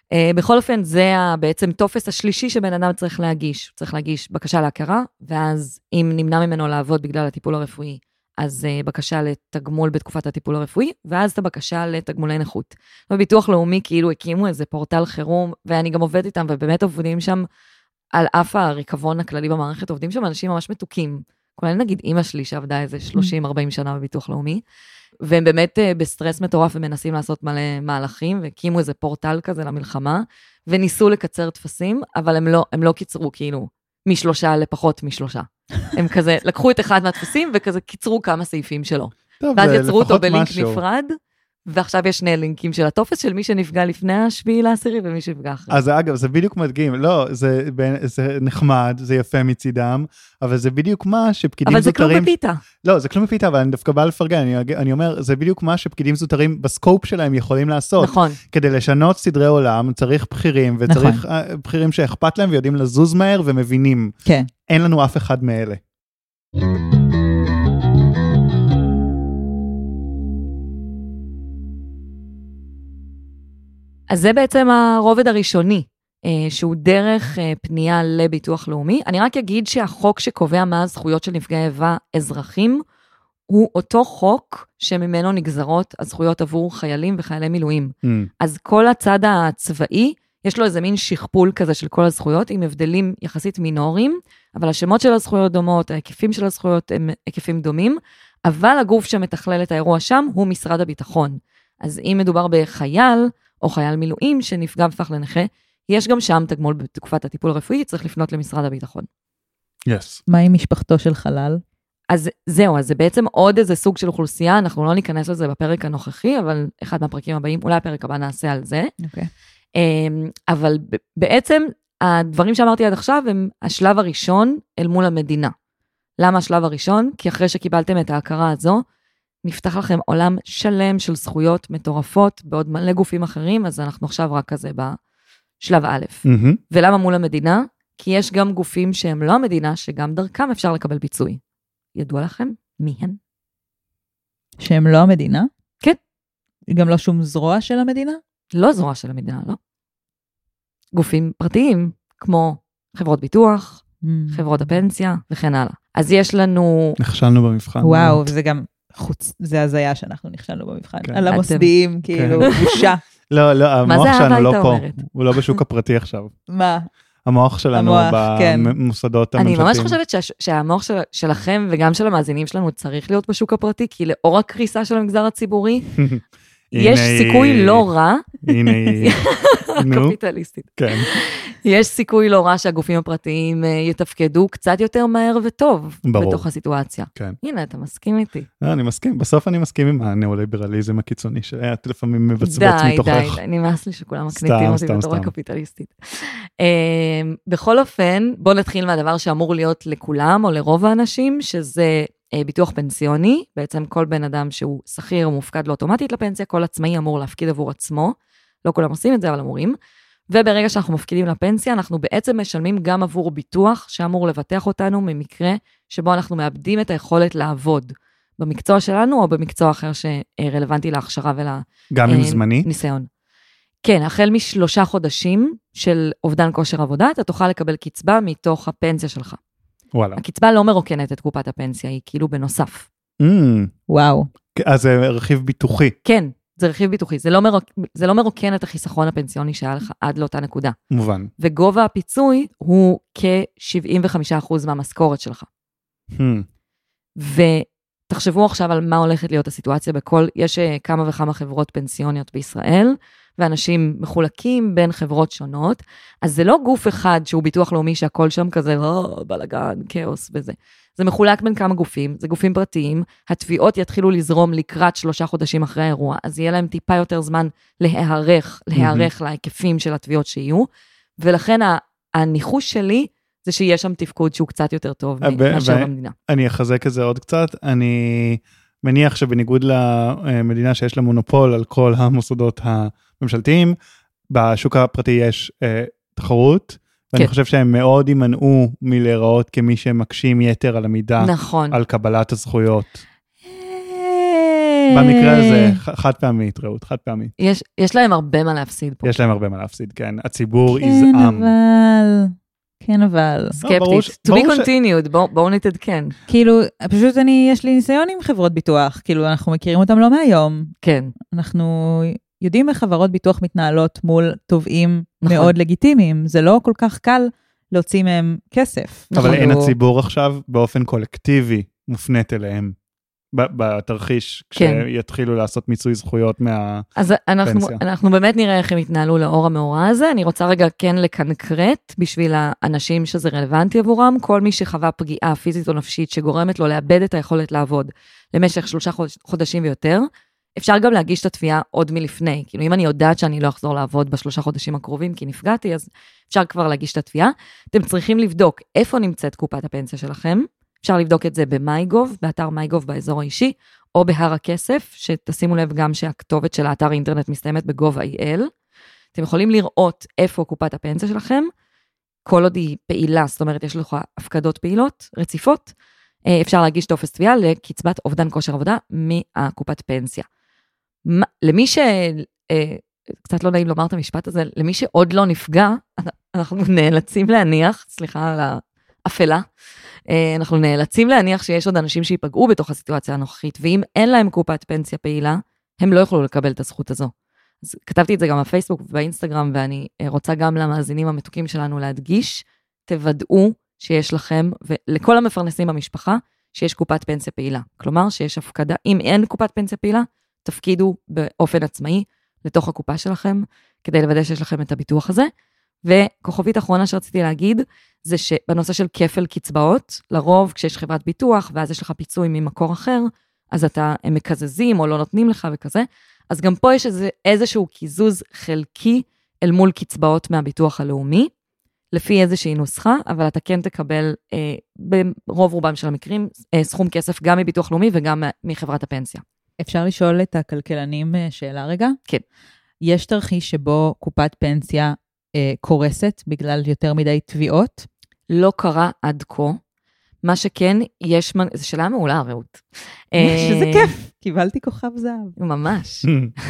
B: בכל אופן, זה בעצם טופס השלישי שבן אדם צריך להגיש. צריך להגיש בקשה להכרה, ואז אם נמנע ממנו לעבוד בגלל הטיפול הרפואי, אז בקשה לתגמול בתקופת הטיפול הרפואי, ואז את הבקשה לתגמולי נכות. בביטוח לאומי כאילו הקימו איזה פורטל חירום, ואני גם עובדת איתם, ובאמת עובדים שם, על אף הריקבון הכללי במערכת, עובדים שם אנשים ממש מתוקים. כולל נגיד אמא שלי שעבדה איזה שלושים ארבעים שנה בביטוח לאומי, והם באמת בסטרס מטורף ומנסים לעשות מלא מהלכים, והקימו איזה פורטל כזה למלחמה, וניסו לקצר תפסים, אבל הם לא, הם לא קיצרו כאילו משלושה לפחות משלושה. הם כזה לקחו את אחד מהתפסים, וכזה קיצרו כמה סעיפים שלו.
A: טוב,
B: ואז יצרו אותו בלינק
A: משהו.
B: נפרד, ועכשיו יש שני לינקים של הטופס, של מי שנפגע לפני השביעי לעשירי, ומי שנפגע אחרי.
A: אז אגב, זה בדיוק מדגים, לא, זה, זה נחמד, זה יפה מצידם, אבל זה בדיוק מה שפקידים
B: אבל זה
A: זוטרים...
B: כלום בפיתה.
A: לא, זה כלום בפיתה, אבל אני דווקא בא לפרגן, אני, אני אומר, זה בדיוק מה שפקידים זוטרים בסקופ שלהם יכולים לעשות.
B: נכון.
A: כדי לשנות סדרי עולם, צריך בחירים, וצריך נכון. בחירים שאכפת להם, ויודעים לזוז מהר ומבינים.
D: כן.
A: אין לנו אף אחד מאלה.
B: אז זה בעצם הרובד הראשוני, שהוא דרך פנייה לביטוח לאומי. אני רק אגיד שהחוק שקובע מה הזכויות של נפגעי איבה אזרחים, הוא אותו חוק שממנו נגזרות הזכויות עבור חיילים וחיילי מילואים. Mm. אז כל הצד הצבאי, יש לו איזה מין שכפול כזה של כל הזכויות, עם הבדלים יחסית מינוריים, אבל השמות של הזכויות דומות, ההיקפים של הזכויות הם היקפים דומים, אבל הגוף שמתכלל את האירוע שם הוא משרד הביטחון. אז אם מדובר בחייל, או חייל מילואים שנפגע והפך לנכה, יש גם שם תגמול בתקופת הטיפול הרפואי, צריך לפנות למשרד הביטחון.
A: Yes.
D: מה עם משפחתו של חלל?
B: אז זהו, אז זה בעצם עוד איזה סוג של אוכלוסייה, אנחנו לא ניכנס לזה בפרק הנוכחי, אבל אחד מהפרקים הבאים, אולי הפרק הבא נעשה על זה.
D: אוקיי. Okay.
B: אבל בעצם הדברים שאמרתי עד עכשיו הם השלב הראשון אל מול המדינה. למה השלב הראשון? כי אחרי שקיבלתם את ההכרה הזו, נפתח לכם עולם שלם של זכויות מטורפות בעוד מלא גופים אחרים, אז אנחנו עכשיו רק כזה בשלב א'. Mm-hmm. ולמה מול המדינה? כי יש גם גופים שהם לא המדינה, שגם דרכם אפשר לקבל פיצוי. ידוע לכם? מי הם?
D: שהם לא המדינה?
B: כן.
D: גם לא שום זרוע של המדינה?
B: לא זרוע של המדינה, לא. גופים פרטיים, כמו חברות ביטוח, mm. חברות הפנסיה, וכן הלאה. אז יש לנו...
A: נכשלנו במבחן.
D: וואו, וזה גם... חוץ, זה הזיה שאנחנו נכשלנו במבחן. כן. על המוסדיים, אתם... כאילו, כן. בושה.
A: לא, לא, המוח שלנו לא פה. אומרת? הוא לא בשוק הפרטי עכשיו.
D: מה?
A: המוח שלנו המוח, במוסדות כן. הממשלתיים.
B: אני ממש חושבת שה, שהמוח של, שלכם וגם של המאזינים שלנו צריך להיות בשוק הפרטי, כי לאור הקריסה של המגזר הציבורי, יש סיכוי לא רע.
A: הנה היא.
B: קפיטליסטית. כן. יש סיכוי לא רע שהגופים הפרטיים יתפקדו קצת יותר מהר וטוב. ברור. בתוך הסיטואציה.
A: כן.
B: הנה, אתה מסכים איתי.
A: אני מסכים. בסוף אני מסכים עם הנאו-ליברליזם הקיצוני, שאת לפעמים מבצבץ מתוכך.
B: די, די, די. נמאס לי שכולם מקניטים אותי בתור הקפיטליסטית. בכל אופן, בוא נתחיל מהדבר שאמור להיות לכולם, או לרוב האנשים, שזה ביטוח פנסיוני. בעצם כל בן אדם שהוא שכיר ומופקד לו אוטומטית לפנסיה, כל עצמאי אמור להפקיד עבור עצמו. לא כולם עושים את זה, אבל אמורים. וברגע שאנחנו מפקידים לפנסיה, אנחנו בעצם משלמים גם עבור ביטוח, שאמור לבטח אותנו ממקרה שבו אנחנו מאבדים את היכולת לעבוד, במקצוע שלנו או במקצוע אחר שרלוונטי להכשרה ולה...
A: גם עם זמני?
B: ניסיון. כן, החל משלושה חודשים של אובדן כושר עבודה, אתה תוכל לקבל קצבה מתוך הפנסיה שלך.
A: וואלה.
B: הקצבה לא מרוקנת את קופת הפנסיה, היא כאילו בנוסף.
A: Mm.
D: וואו.
A: אז זה רכיב ביטוחי.
B: כן. זה רכיב ביטוחי, זה לא, מרוק, זה לא מרוקן את החיסכון הפנסיוני שהיה לך עד לאותה נקודה.
A: מובן.
B: וגובה הפיצוי הוא כ-שבעים וחמישה אחוז מהמשכורת שלך. Hmm. ותחשבו עכשיו על מה הולכת להיות הסיטואציה בכל, יש כמה וכמה חברות פנסיוניות בישראל, ואנשים מחולקים בין חברות שונות, אז זה לא גוף אחד שהוא ביטוח לאומי שהכל שם כזה, או, בלגן, כאוס וזה. זה מחולק בין כמה גופים, זה גופים פרטיים, התביעות יתחילו לזרום לקראת שלושה חודשים אחרי האירוע, אז יהיה להם טיפה יותר זמן להיערך, להיערך להיקפים של התביעות שיהיו, ולכן הניחוש שלי זה שיש שם תפקוד שהוא קצת יותר טוב מאשר במדינה.
A: אני אחזק את זה עוד קצת, אני מניח שבניגוד למדינה שיש לה מונופול על כל המוסדות הממשלתיים, בשוק הפרטי יש תחרות, ואני חושב שהם מאוד יימנעו מלהיראות כמי שמקשים יתר על המידה,
B: נכון.
A: על קבלת הזכויות. במקרה הזה, חד פעמית, רעות, חד פעמית.
B: יש, יש להם הרבה מה להפסיד פה.
A: יש להם הרבה מה להפסיד, כן. הציבור
D: כן,
A: יזעם.
D: אבל... כן, אבל...
B: סקפטית. To be continued, בואו נתעדכן.
D: כאילו, פשוט אני, יש לי ניסיון עם חברות ביטוח, כאילו, אנחנו מכירים אותם לא מהיום.
B: כן.
D: אנחנו יודעים איך חברות ביטוח מתנהלות מול תובעים מאוד לגיטימיים. זה לא כל כך קל להוציא מהם כסף.
A: אבל אין הציבור עכשיו באופן קולקטיבי מופנית אליהם. בתרחיש, כשיתחילו לעשות מיצוי זכויות מהפנסיה.
B: אז אנחנו, אנחנו באמת נראה איך הם יתנהלו לאור המאורע הזה. אני רוצה רגע כן לקנקרט בשביל האנשים שזה רלוונטי עבורם. כל מי שחווה פגיעה פיזית או נפשית שגורמת לו לאבד את היכולת לעבוד למשך שלושה חודשים ויותר, אפשר גם להגיש את התביעה עוד מלפני. כאילו אם אני יודעת שאני לא אחזור לעבוד בשלושה חודשים הקרובים כי נפגעתי, אז אפשר כבר להגיש את התביעה. אתם צריכים לבדוק איפה נמצאת קופת הפנסיה שלכם. אפשר לבדוק את זה במייגוב, באתר מייגוב באזור האישי, או בהר הכסף, שתשימו לב גם שהכתובת של האתר האינטרנט מסתיימת בגוב איי אל. אתם יכולים לראות איפה קופת הפנסיה שלכם, כל עוד היא פעילה, זאת אומרת, יש לך הפקדות פעילות, רציפות, אפשר להגיש טופס תביעה לקצבת אובדן כושר עבודה מהקופת פנסיה. למי ש... קצת לא נעים לומר את המשפט הזה, למי שעוד לא נפגע, אנחנו נאלצים להניח, סליחה על האפלה, אנחנו נאלצים להניח שיש עוד אנשים שיפגעו בתוך הסיטואציה הנוכחית, ואם אין להם קופת פנסיה פעילה, הם לא יוכלו לקבל את הזכות הזו. אז כתבתי את זה גם בפייסבוק ובאינסטגרם, ואני רוצה גם למאזינים המתוקים שלנו להדגיש, תוודאו שיש לכם, ולכל המפרנסים במשפחה, שיש קופת פנסיה פעילה. כלומר, שיש הפקדה, אם אין קופת פנסיה פעילה, תפקידו באופן עצמאי לתוך הקופה שלכם, כדי לוודא שיש לכם את הביטוח הזה. וכוכבית האחרונה שרציתי להגיד, זה שבנושא של כפל קצבאות, לרוב כשיש חברת ביטוח, ואז יש לך פיצוי ממקור אחר, אז אתה, הם מקזזים או לא נותנים לך וכזה, אז גם פה יש איזה, איזשהו קיזוז חלקי, אל מול קצבאות מהביטוח הלאומי, לפי איזושהי נוסחה, אבל אתה כן תקבל, אה, ברוב רובם של המקרים, אה, סכום כסף גם מביטוח לאומי, וגם מחברת הפנסיה.
D: אפשר לשאול את הכלכלנים שאלה רגע?
B: כן. יש
D: תרחיש שבו קופת פנסיה, קורסת בגלל יותר מדי תביעות?
B: לא קרה עד כה. מה שכן, יש, זו שאלה מעולה, רעות.
D: שזה כיף, קיבלתי כוכב זהב.
B: ממש.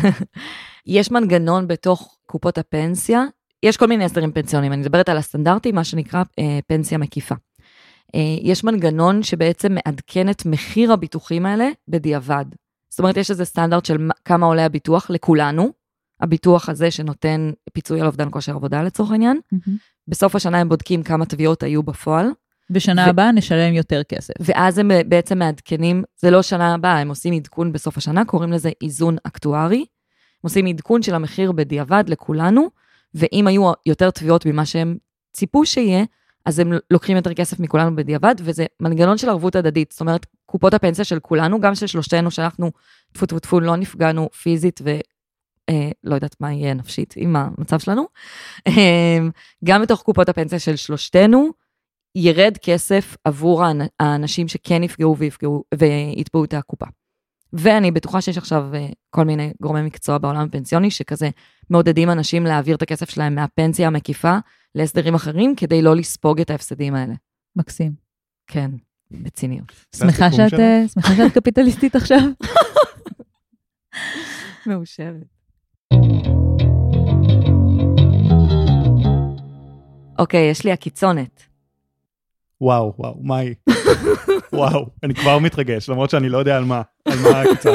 B: יש מנגנון בתוך קופות הפנסיה, יש כל מיני הסדרים פנסיונים, אני מדברת על הסטנדרטי, מה שנקרא פנסיה מקיפה. יש מנגנון שבעצם מעדכן את מחיר הביטוחים האלה בדיעבד. זאת אומרת, יש איזה סטנדרט של כמה עולה הביטוח לכולנו, הביטוח הזה שנותן פיצוי על אובדן כושר עבודה לצורך העניין. Mm-hmm. בסוף השנה הם בודקים כמה תביעות היו בפועל.
D: בשנה ו... הבאה נשלם יותר כסף.
B: ואז הם בעצם מעדכנים, זה לא שנה הבאה, הם עושים עדכון בסוף השנה, קוראים לזה איזון אקטוארי. הם עושים עדכון של המחיר בדיעבד לכולנו, ואם היו יותר תביעות ממה שהם ציפו שיהיה, אז הם לוקחים יותר כסף מכולנו בדיעבד, וזה מנגנון של ערבות הדדית. זאת אומרת, קופות הפנסיה של כולנו, גם של שלושתנו, שאנחנו טפו טפו טפו לא נפגענו פיזית ו... אה, לא יודעת מה יהיה נפשית עם המצב שלנו, אה, גם בתוך קופות הפנסיה של שלושתנו, ירד כסף עבור האנשים שכן יפגעו ויפגעו, ויתבעו את הקופה. ואני בטוחה שיש עכשיו אה, כל מיני גורמי מקצוע בעולם הפנסיוני, שכזה מעודדים אנשים להעביר את הכסף שלהם מהפנסיה המקיפה, להסדרים אחרים, כדי לא לספוג את ההפסדים האלה.
D: מקסים.
B: כן, בציניות.
D: שמחה שאת, שמחה שאת קפיטליסטית עכשיו.
B: מאושרת. אוקיי, יש לי הקיצונת.
A: וואו, וואו, מה היא? וואו, אני כבר מתרגש, למרות שאני לא יודע על מה, על מה הקיצה.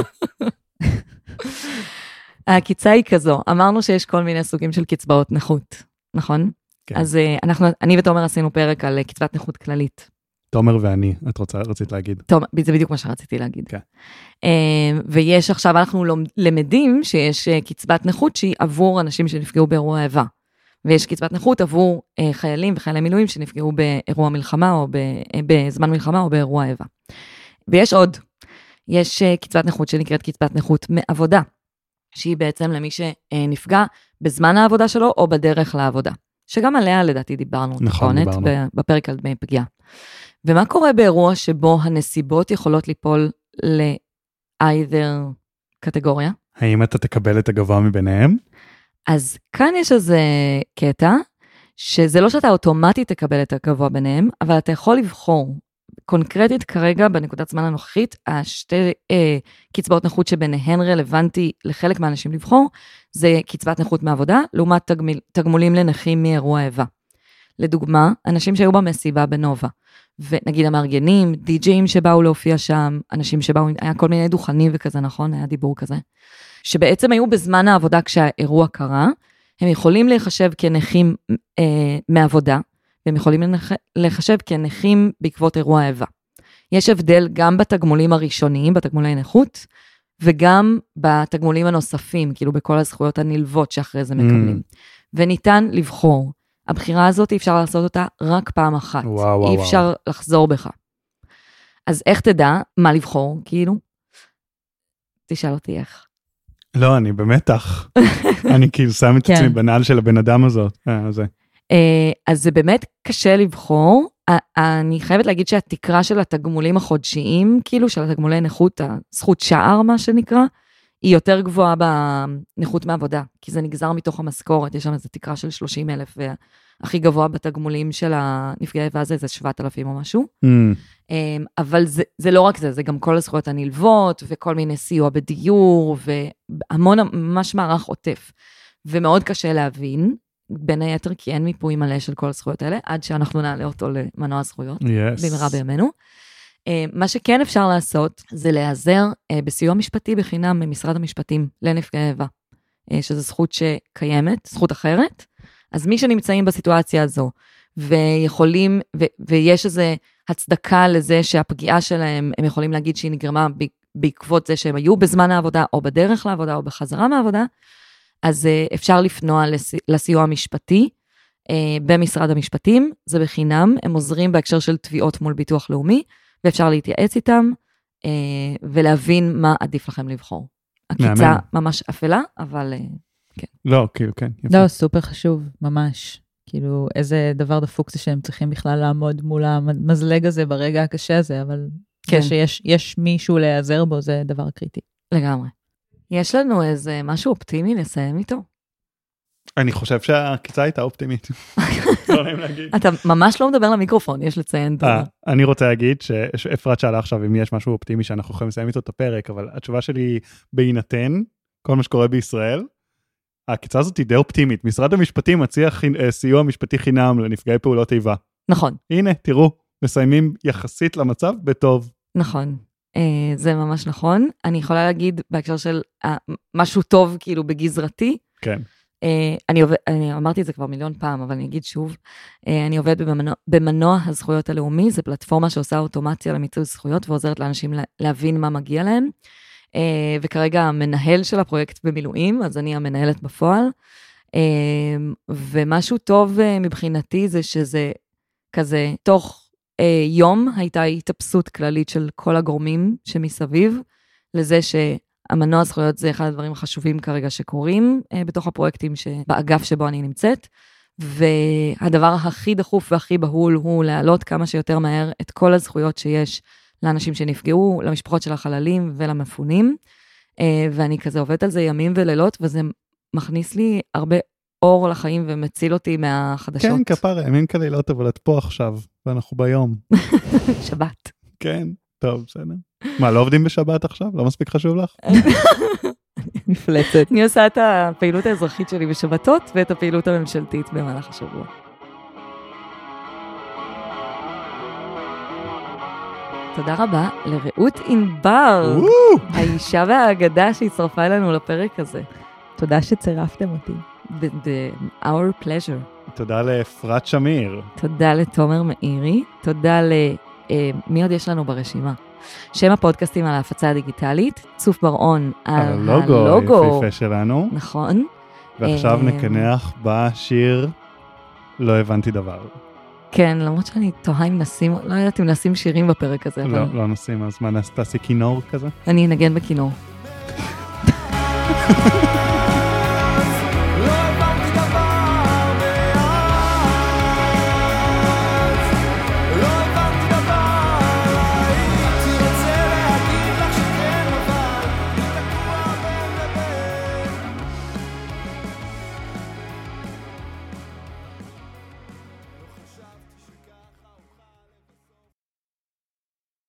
B: הקיצה היא כזו, אמרנו שיש כל מיני סוגים של קצבאות נכות, נכון? כן. אז אנחנו, אני ותומר עשינו פרק על קצבת נכות כללית.
A: תומר ואני, את רוצה, רצית להגיד.
B: תומר, זה בדיוק מה שרציתי להגיד.
A: כן.
B: ויש עכשיו, אנחנו למדים שיש קצבת נכות שהיא עבור אנשים שנפגעו באירוע איבה. ויש קצבת נכות עבור חיילים וחיילי מילואים שנפגעו באירוע מלחמה או בזמן מלחמה או באירוע איבה. ויש עוד, יש קצבת נכות שנקראת קצבת נכות מעבודה, שהיא בעצם למי שנפגע בזמן העבודה שלו או בדרך לעבודה. שגם עליה לדעתי דיברנו,
A: נכון, דיברנו.
B: בפרק על דמי פגיעה. ומה קורה באירוע שבו הנסיבות יכולות ליפול ל-either קטגוריה?
A: האם אתה תקבל את הגבוה מביניהם?
B: אז כאן יש איזה קטע, שזה לא שאתה אוטומטית תקבל את הגבוה ביניהם, אבל אתה יכול לבחור. קונקרטית כרגע, בנקודת זמן הנוכחית, השתי אה, קצבאות נכות שביניהן רלוונטי לחלק מהאנשים לבחור, זה קצבת נכות מעבודה, לעומת תגמיל, תגמולים לנכים מאירוע איבה. לדוגמה, אנשים שהיו במסיבה בנובה, ונגיד המארגנים, די-ג'ים שבאו להופיע שם, אנשים שבאו, היה כל מיני דוכנים וכזה, נכון? היה דיבור כזה. שבעצם היו בזמן העבודה כשהאירוע קרה, הם יכולים להיחשב כנכים אה, מעבודה, והם יכולים להיחשב כנכים בעקבות אירוע איבה. יש הבדל גם בתגמולים הראשוניים, בתגמולי נכות, וגם בתגמולים הנוספים, כאילו בכל הזכויות הנלוות שאחרי זה מקבלים. Mm. וניתן לבחור. הבחירה הזאת אפשר לעשות אותה רק פעם אחת.
A: וואו,
B: אי
A: וואו,
B: אפשר
A: וואו.
B: לחזור בך. אז איך תדע מה לבחור, כאילו? תשאל אותי איך.
A: לא, אני במתח. אני כאילו שם את עצמי בנעל של הבן אדם הזאת. אה, זה.
B: אז זה באמת קשה לבחור. אני חייבת להגיד שהתקרה של התגמולים החודשיים, כאילו של התגמולי נכות, הזכות שער מה שנקרא, היא יותר גבוהה בנכות מעבודה, כי זה נגזר מתוך המשכורת, יש שם איזו תקרה של שלושים אלף, והכי גבוה בתגמולים של הנפגעי איבה זה שבעת אלפים או משהו. Mm. אבל זה, זה לא רק זה, זה גם כל הזכויות הנלוות, וכל מיני סיוע בדיור, והמון, ממש מערך עוטף. ומאוד קשה להבין, בין היתר, כי אין מיפוי מלא של כל הזכויות האלה, עד שאנחנו נעלה אותו למנוע הזכויות,
A: yes.
B: במהרה בימינו. מה שכן אפשר לעשות, זה להיעזר בסיוע משפטי בחינם ממשרד המשפטים לנפגעי איבה, שזו זכות שקיימת, זכות אחרת. אז מי שנמצאים בסיטואציה הזו, ויכולים, ו- ויש איזו הצדקה לזה שהפגיעה שלהם, הם יכולים להגיד שהיא נגרמה בעקבות זה שהם היו בזמן העבודה, או בדרך לעבודה, או בחזרה מהעבודה, אז אפשר לפנוע לסיוע המשפטי במשרד המשפטים, זה בחינם, הם עוזרים בהקשר של תביעות מול ביטוח לאומי, ואפשר להתייעץ איתם, ולהבין מה עדיף לכם לבחור. הקיצה ממש אפלה, אבל כן.
A: לא, כאילו, כן.
D: לא, סופר חשוב, ממש. כאילו, איזה דבר דפוק זה שהם צריכים בכלל לעמוד מול המזלג הזה ברגע הקשה הזה, אבל זה שיש מישהו להיעזר בו, זה דבר קריטי.
B: לגמרי. יש לנו איזה משהו אופטימי לסיים איתו?
A: אני חושב שהקיצה הייתה אופטימית. לא נעים להגיד.
B: אתה ממש לא מדבר למיקרופון, יש לציין טובה.
A: אני רוצה להגיד שאפרת שאלה עכשיו אם יש משהו אופטימי שאנחנו יכולים לסיים איתו את הפרק, אבל התשובה שלי בהינתן, כל מה שקורה בישראל, הקיצה הזאת היא די אופטימית. משרד המשפטים מציע סיוע משפטי חינם לנפגעי פעולות איבה.
B: נכון.
A: הנה, תראו, מסיימים יחסית למצב בטוב.
B: נכון. זה ממש נכון. אני יכולה להגיד בהקשר של משהו טוב כאילו בגזרתי.
A: כן.
B: אני, עובד, אני אמרתי את זה כבר מיליון פעם, אבל אני אגיד שוב, אני עובד במנוע, במנוע הזכויות הלאומי, זה פלטפורמה שעושה אוטומציה למיצוי זכויות, ועוזרת לאנשים להבין מה מגיע להם, וכרגע המנהל של הפרויקט במילואים, אז אני המנהלת בפועל, ומשהו טוב מבחינתי זה שזה כזה, תוך יום הייתה התאפסות כללית של כל הגורמים שמסביב, לזה ש... המנוע הזכויות זה אחד הדברים החשובים כרגע שקורים אה, בתוך הפרויקטים באגף שבו אני נמצאת, והדבר הכי דחוף והכי בהול הוא להעלות כמה שיותר מהר את כל הזכויות שיש לאנשים שנפגעו, למשפחות של החללים ולמפונים, אה, ואני כזה עובדת על זה ימים ולילות, וזה מכניס לי הרבה אור לחיים ומציל אותי מהחדשות.
A: כן, כפרה, ימים כלילות, אבל את פה עכשיו, ואנחנו ביום.
B: שבת.
A: כן, טוב, בסדר. מה, לא עובדים בשבת עכשיו? לא מספיק חשוב לך?
D: מפלצת.
B: אני עושה את הפעילות האזרחית שלי בשבתות, ואת הפעילות הממשלתית במהלך השבוע. תודה רבה לרעות ענבר, האישה והאגדה שהצטרפה אלינו לפרק הזה.
D: תודה שצירפתם אותי.
B: Our pleasure.
A: תודה לאפרת שמיר.
B: תודה לתומר מאירי. תודה ל... מי עוד יש לנו ברשימה? שם הפודקאסטים על ההפצה הדיגיטלית, צוף ברעון על
A: הלוגו. הלוגו היפה שלנו.
B: נכון.
A: ועכשיו נקנח בשיר לא הבנתי דבר.
B: כן, למרות שאני תוהה אם נשים, לא יודעת אם נשים שירים בפרק הזה.
A: לא, לא נשים, אז מה, תעשי כינור כזה?
B: אני אנגן בכינור.